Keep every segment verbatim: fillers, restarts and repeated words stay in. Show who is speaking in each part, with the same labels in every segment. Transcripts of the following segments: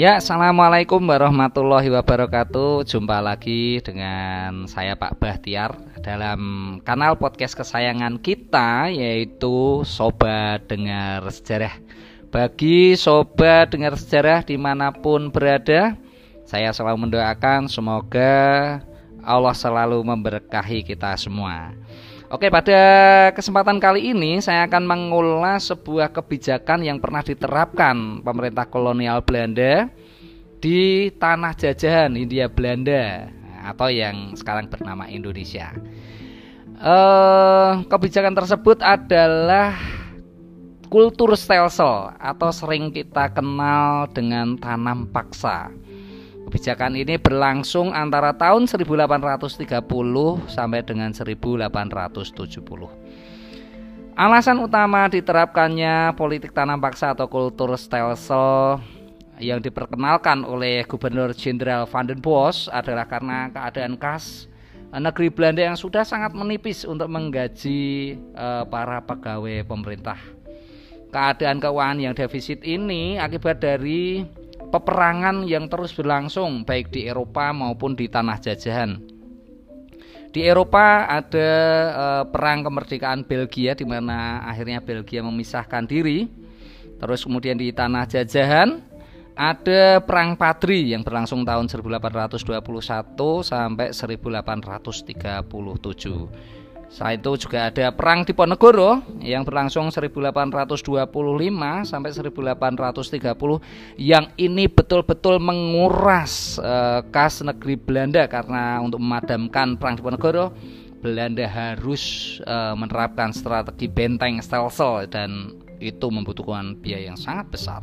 Speaker 1: Ya, assalamualaikum warahmatullahi wabarakatuh. Jumpa lagi dengan saya Pak Bahtiar dalam kanal podcast kesayangan kita, yaitu Sobat Dengar Sejarah. Bagi Sobat Dengar Sejarah dimanapun berada, saya selalu mendoakan semoga Allah selalu memberkahi kita semua. Oke, pada kesempatan kali ini saya akan mengulas sebuah kebijakan yang pernah diterapkan pemerintah kolonial Belanda di tanah jajahan Hindia Belanda atau yang sekarang bernama Indonesia. Eh, kebijakan tersebut adalah kultur stelsel atau sering kita kenal dengan tanam paksa. Kebijakan ini berlangsung antara tahun seribu delapan ratus tiga puluh sampai dengan seribu delapan ratus tujuh puluh. Alasan utama diterapkannya politik tanam paksa atau kultur stelsel yang diperkenalkan oleh Gubernur Jenderal Van den Bosch adalah karena keadaan kas negeri Belanda yang sudah sangat menipis untuk menggaji eh, para pegawai pemerintah. Keadaan keuangan yang defisit ini akibat dari peperangan yang terus berlangsung baik di Eropa maupun di tanah jajahan. Di Eropa ada eh, perang kemerdekaan Belgia di mana akhirnya Belgia memisahkan diri. Terus kemudian di tanah jajahan ada perang Padri yang berlangsung tahun seribu delapan ratus dua puluh satu sampai seribu delapan ratus tiga puluh tujuh. Saat itu juga ada perang Diponegoro yang berlangsung seribu delapan ratus dua puluh lima sampai seribu delapan ratus tiga puluh, yang ini betul-betul menguras eh, kas negeri Belanda karena untuk memadamkan perang Diponegoro Belanda harus eh, menerapkan strategi benteng stelsel dan itu membutuhkan biaya yang sangat besar.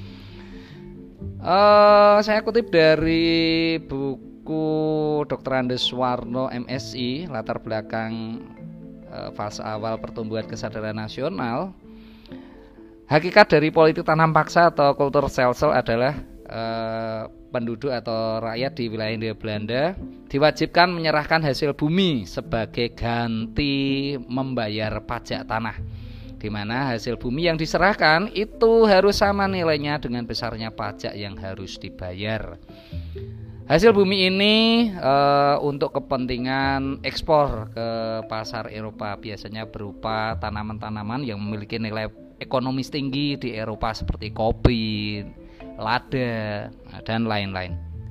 Speaker 1: Eh, saya kutip dari buku doktor Andes Warno M Si, latar belakang fase awal pertumbuhan kesadaran nasional. Hakikat dari politik tanam paksa atau kultur stelsel adalah eh, penduduk atau rakyat di wilayah Hindia Belanda diwajibkan menyerahkan hasil bumi sebagai ganti membayar pajak tanah, di mana hasil bumi yang diserahkan itu harus sama nilainya dengan besarnya pajak yang harus dibayar. Hasil bumi ini e, untuk kepentingan ekspor ke pasar Eropa, biasanya berupa tanaman-tanaman yang memiliki nilai ekonomis tinggi di Eropa seperti kopi, lada, dan lain-lain.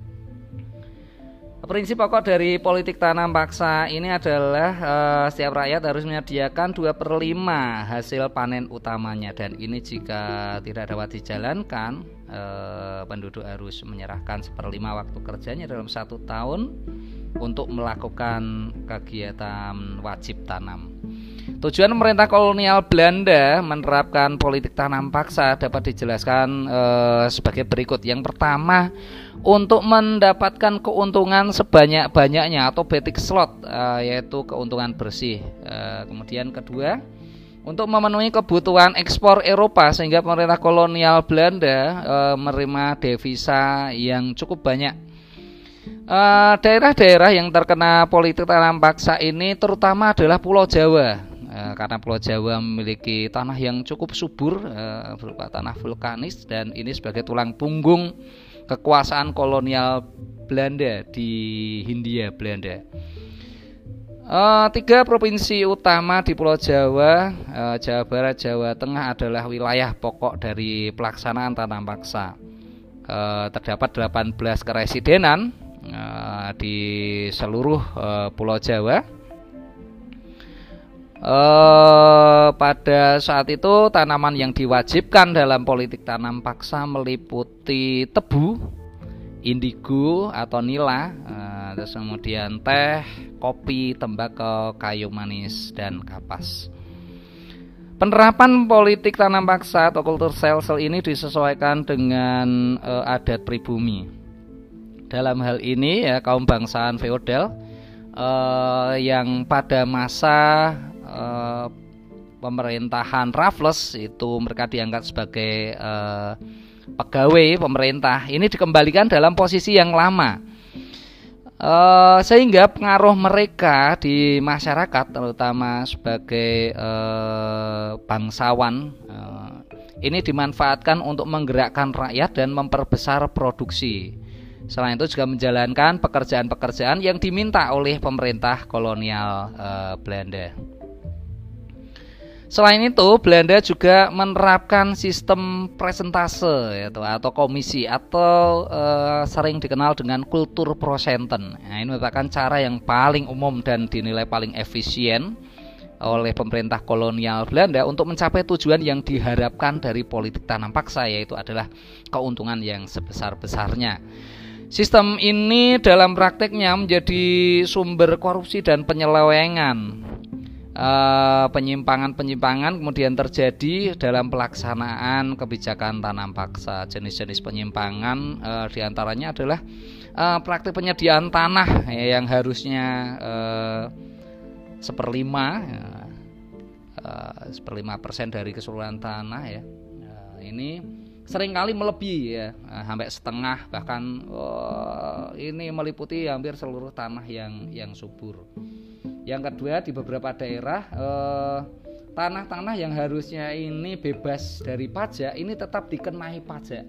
Speaker 1: Prinsip pokok dari politik tanam paksa ini adalah e, setiap rakyat harus menyediakan dua per lima hasil panen utamanya, dan ini jika tidak dapat dijalankan, e, penduduk harus menyerahkan seperlima waktu kerjanya dalam satu tahun untuk melakukan kegiatan wajib tanam. Tujuan pemerintah kolonial Belanda menerapkan politik tanam paksa dapat dijelaskan e, sebagai berikut. Yang pertama, untuk mendapatkan keuntungan sebanyak-banyaknya atau batik slot, e, yaitu keuntungan bersih. E, kemudian kedua, untuk memenuhi kebutuhan ekspor Eropa sehingga pemerintah kolonial Belanda e, menerima devisa yang cukup banyak. E, daerah-daerah yang terkena politik tanam paksa ini terutama adalah Pulau Jawa. Karena Pulau Jawa memiliki tanah yang cukup subur berupa tanah vulkanis, dan ini sebagai tulang punggung kekuasaan kolonial Belanda di Hindia Belanda. Uh, tiga provinsi utama di Pulau Jawa, uh, Jawa Barat, Jawa Tengah adalah wilayah pokok dari pelaksanaan tanam paksa. Uh, terdapat delapan belas keresidenan uh, di seluruh uh, Pulau Jawa. Uh, pada saat itu tanaman yang diwajibkan dalam politik tanam paksa meliputi tebu, indigo atau nila, uh, terus kemudian teh, kopi, tembakau, kayu manis, dan kapas. Penerapan politik tanam paksa atau kultur stelsel ini disesuaikan dengan uh, adat pribumi. Dalam hal ini ya kaum bangsaan feodal uh, yang pada masa Uh, pemerintahan Raffles itu mereka diangkat sebagai uh, pegawai pemerintah. Ini dikembalikan dalam posisi yang lama. Uh, sehingga pengaruh mereka di masyarakat, terutama sebagai uh, bangsawan, uh, ini dimanfaatkan untuk menggerakkan rakyat dan memperbesar produksi. Selain itu juga menjalankan pekerjaan-pekerjaan yang diminta oleh pemerintah kolonial uh, Belanda. Selain itu, Belanda juga menerapkan sistem presentase yaitu, atau komisi atau e, sering dikenal dengan kultur prosenten. Nah, ini merupakan cara yang paling umum dan dinilai paling efisien oleh pemerintah kolonial Belanda untuk mencapai tujuan yang diharapkan dari politik tanam paksa, yaitu adalah keuntungan yang sebesar-besarnya. Sistem ini dalam prakteknya menjadi sumber korupsi dan penyelewengan. Uh, penyimpangan-penyimpangan kemudian terjadi dalam pelaksanaan kebijakan tanam paksa. Jenis-jenis penyimpangan uh, diantaranya adalah uh, praktik penyediaan tanah ya, yang harusnya uh, seperlima uh, uh, seperlima persen dari keseluruhan tanah ya. Uh, ini seringkali melebihi ya, uh, sampai setengah bahkan uh, ini meliputi hampir seluruh tanah yang yang subur. Yang kedua, di beberapa daerah eh, tanah-tanah yang harusnya ini bebas dari pajak ini tetap dikenai pajak.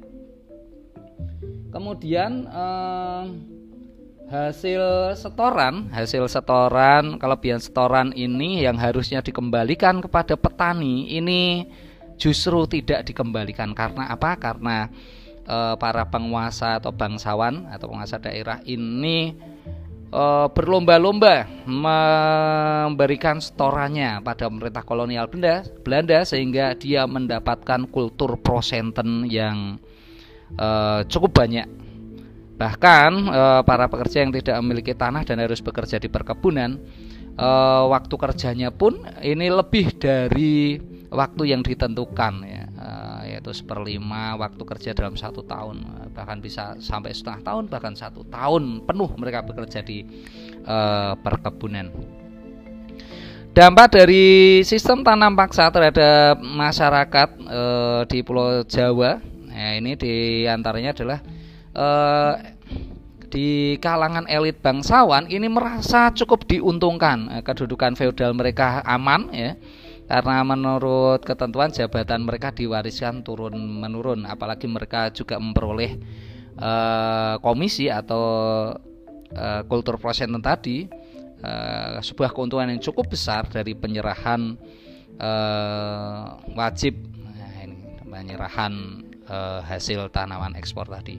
Speaker 1: Kemudian eh, hasil setoran, hasil setoran, kelebihan setoran ini yang harusnya dikembalikan kepada petani ini justru tidak dikembalikan. Karena apa? Karena eh, para penguasa atau bangsawan atau penguasa daerah ini berlomba-lomba memberikan setorannya pada pemerintah kolonial Belanda, Belanda sehingga dia mendapatkan kultur prosenten yang uh, cukup banyak. Bahkan uh, para pekerja yang tidak memiliki tanah dan harus bekerja di perkebunan, uh, waktu kerjanya pun ini lebih dari waktu yang ditentukan ya, uh, yaitu seperlima waktu kerja dalam satu tahun, bahkan bisa sampai setengah tahun, bahkan satu tahun penuh mereka bekerja di uh, perkebunan. Dampak dari sistem tanam paksa terhadap masyarakat uh, di Pulau Jawa, ya ini diantaranya adalah uh, di kalangan elit bangsawan ini merasa cukup diuntungkan, kedudukan feodal mereka aman ya. Karena menurut ketentuan jabatan mereka diwariskan turun menurun, apalagi mereka juga memperoleh uh, komisi atau uh, kultur prosenten tadi, uh, sebuah keuntungan yang cukup besar dari penyerahan uh, wajib, nah, ini, penyerahan uh, hasil tanaman ekspor tadi.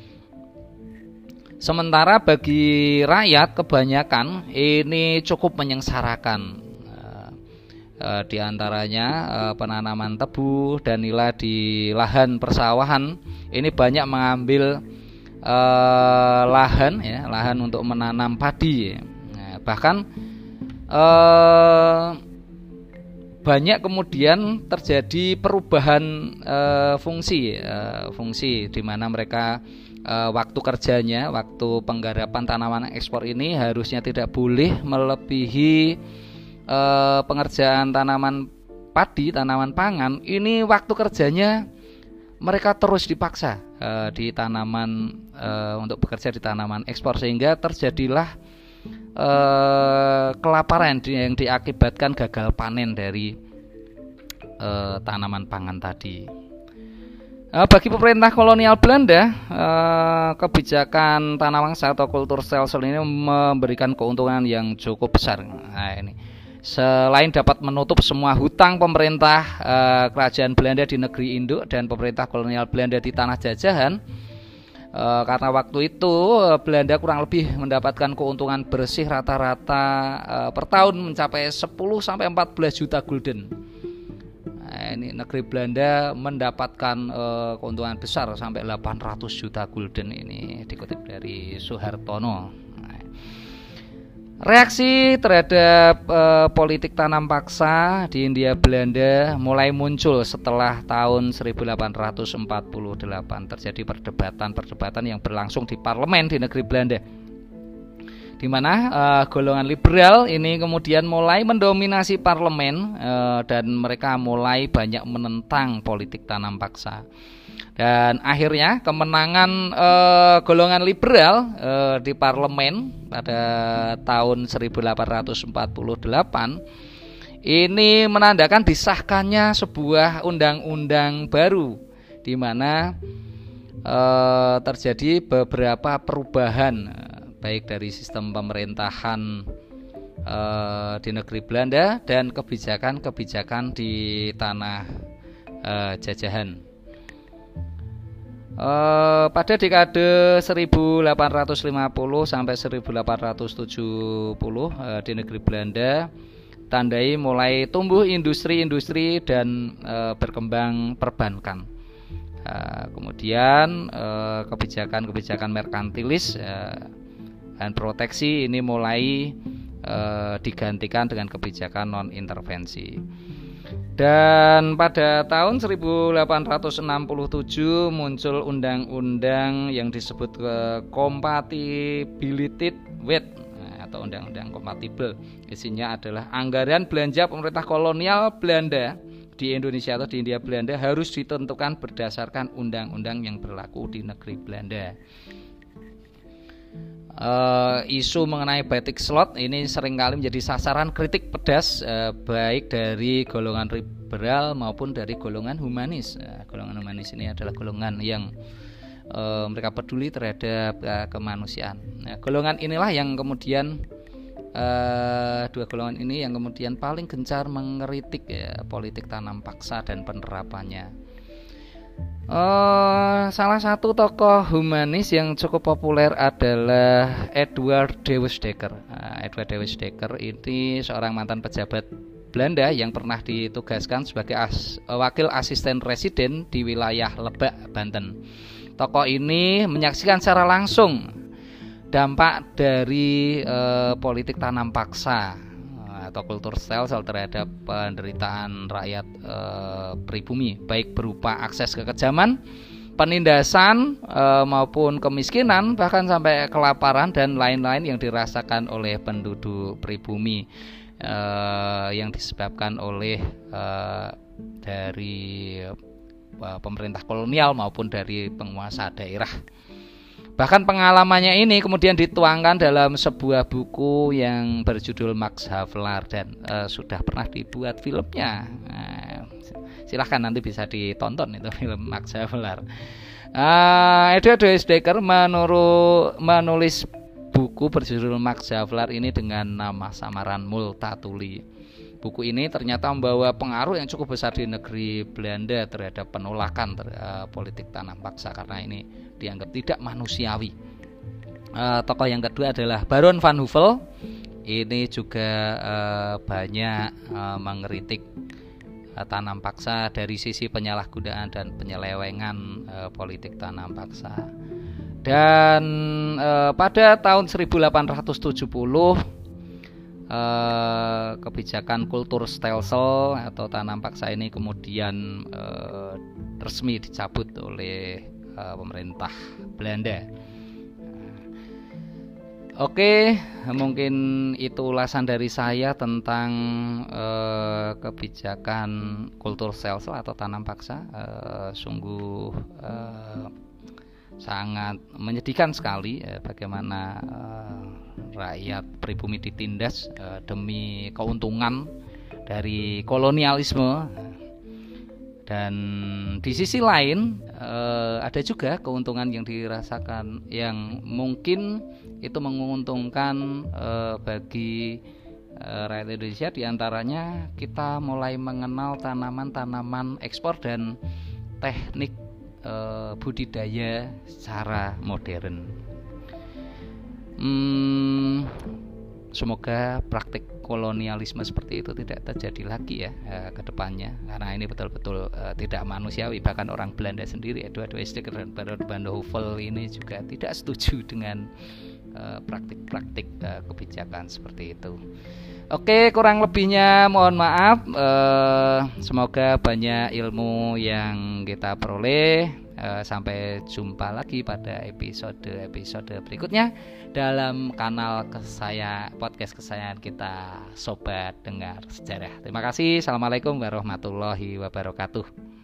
Speaker 1: Sementara bagi rakyat kebanyakan ini cukup menyengsarakan. E, di antaranya e, penanaman tebu dan nila di lahan persawahan ini banyak mengambil e, lahan ya, lahan untuk menanam padi ya. Nah, bahkan e, banyak kemudian terjadi perubahan e, fungsi e, fungsi di mana mereka e, waktu kerjanya, waktu penggarapan tanaman ekspor ini harusnya tidak boleh melebihi Uh, pengerjaan tanaman padi, tanaman pangan. Ini waktu kerjanya mereka terus dipaksa uh, di tanaman uh, untuk bekerja di tanaman ekspor, sehingga terjadilah uh, kelaparan yang diakibatkan gagal panen dari uh, tanaman pangan tadi. Uh, bagi pemerintah kolonial Belanda, uh, kebijakan tanam paksa atau kultur stelsel ini memberikan keuntungan yang cukup besar. Nah, ini selain dapat menutup semua hutang pemerintah eh, kerajaan Belanda di negeri induk dan pemerintah kolonial Belanda di tanah jajahan, eh, karena waktu itu eh, Belanda kurang lebih mendapatkan keuntungan bersih rata-rata eh, per tahun mencapai sepuluh sampai empat belas juta gulden. Nah, ini negeri Belanda mendapatkan eh, keuntungan besar sampai delapan ratus juta gulden, ini dikutip dari Suhartono. Reaksi terhadap uh, politik tanam paksa di Hindia Belanda mulai muncul setelah tahun seribu delapan ratus empat puluh delapan. Terjadi perdebatan-perdebatan yang berlangsung di parlemen di negeri Belanda, di mana uh, golongan liberal ini kemudian mulai mendominasi parlemen uh, dan mereka mulai banyak menentang politik tanam paksa. Dan akhirnya kemenangan eh, golongan liberal eh, di parlemen pada tahun seribu delapan ratus empat puluh delapan ini menandakan disahkannya sebuah undang-undang baru di mana eh, terjadi beberapa perubahan eh, baik dari sistem pemerintahan eh, di negeri Belanda dan kebijakan-kebijakan di tanah eh, jajahan. Uh, pada dekade seribu delapan ratus lima puluh sampai seribu delapan ratus tujuh puluh uh, di negeri Belanda tandai mulai tumbuh industri-industri dan uh, berkembang perbankan. Uh, kemudian uh, kebijakan-kebijakan merkantilis uh, dan proteksi ini mulai uh, digantikan dengan kebijakan non-intervensi. Dan pada tahun seribu delapan ratus enam puluh tujuh muncul undang-undang yang disebut Compatibility with atau undang-undang kompatibel. Isinya adalah anggaran belanja pemerintah kolonial Belanda di Indonesia atau di Hindia Belanda harus ditentukan berdasarkan undang-undang yang berlaku di negeri Belanda. Uh, isu mengenai batik slot ini seringkali menjadi sasaran kritik pedas uh, baik dari golongan liberal maupun dari golongan humanis. Uh, golongan humanis ini adalah golongan yang uh, mereka peduli terhadap uh, kemanusiaan. Nah, golongan inilah yang kemudian uh, dua golongan ini yang kemudian paling gencar mengkritik ya, politik tanam paksa dan penerapannya. Uh, salah satu tokoh humanis yang cukup populer adalah Edward de Westdekker. Uh, Edward de Westdekker ini seorang mantan pejabat Belanda yang pernah ditugaskan sebagai as, uh, wakil asisten residen di wilayah Lebak, Banten. Tokoh ini menyaksikan secara langsung dampak dari uh, politik tanam paksa atau kultur stelsel terhadap penderitaan rakyat e, pribumi, baik berupa akses ke kekejaman, penindasan e, maupun kemiskinan, bahkan sampai kelaparan dan lain-lain yang dirasakan oleh penduduk pribumi e, yang disebabkan oleh e, dari e, pemerintah kolonial maupun dari penguasa daerah. Bahkan pengalamannya ini kemudian dituangkan dalam sebuah buku yang berjudul Max Havelaar dan uh, sudah pernah dibuat filmnya. Nah, silahkan nanti bisa ditonton itu film Max Havelaar. Uh, Edward de Westdekker menurut menulis buku berjudul Max Havelaar ini dengan nama samaran Multatuli. Buku ini ternyata membawa pengaruh yang cukup besar di negeri Belanda terhadap penolakan ter, uh, politik tanam paksa karena ini dianggap tidak manusiawi. Uh, tokoh yang kedua adalah Baron van Houvel. Ini juga uh, banyak uh, mengkritik uh, tanam paksa dari sisi penyalahgunaan dan penyelewengan uh, politik tanam paksa. Dan uh, pada tahun seribu delapan ratus tujuh puluh Uh, kebijakan kultur stelsel atau tanam paksa ini kemudian uh, resmi dicabut oleh uh, pemerintah Belanda. Oke, mungkin itu ulasan dari saya tentang uh, kebijakan kultur stelsel atau tanam paksa. Uh, sungguh uh, sangat menyedihkan sekali eh, bagaimana eh, rakyat pribumi ditindas eh, demi keuntungan dari kolonialisme. Dan di sisi lain eh, ada juga keuntungan yang dirasakan yang mungkin itu menguntungkan eh, bagi eh, rakyat Indonesia. Diantaranya kita mulai mengenal tanaman-tanaman ekspor dan teknik budidaya secara modern. Hmm, semoga praktik kolonialisme seperti itu tidak terjadi lagi ya eh, ke depannya, karena ini betul-betul eh, tidak manusiawi. Bahkan orang Belanda sendiri, Edward de Westdekker dan Baron van Houvel ini juga tidak setuju dengan eh, praktik-praktik eh, kebijakan seperti itu. Oke, kurang lebihnya mohon maaf. Eh, semoga banyak ilmu yang kita peroleh. Eh, sampai jumpa lagi pada episode-episode berikutnya dalam kanal kesaya podcast kesayangan kita, Sobat Dengar Sejarah. Terima kasih. Assalamualaikum warahmatullahi wabarakatuh.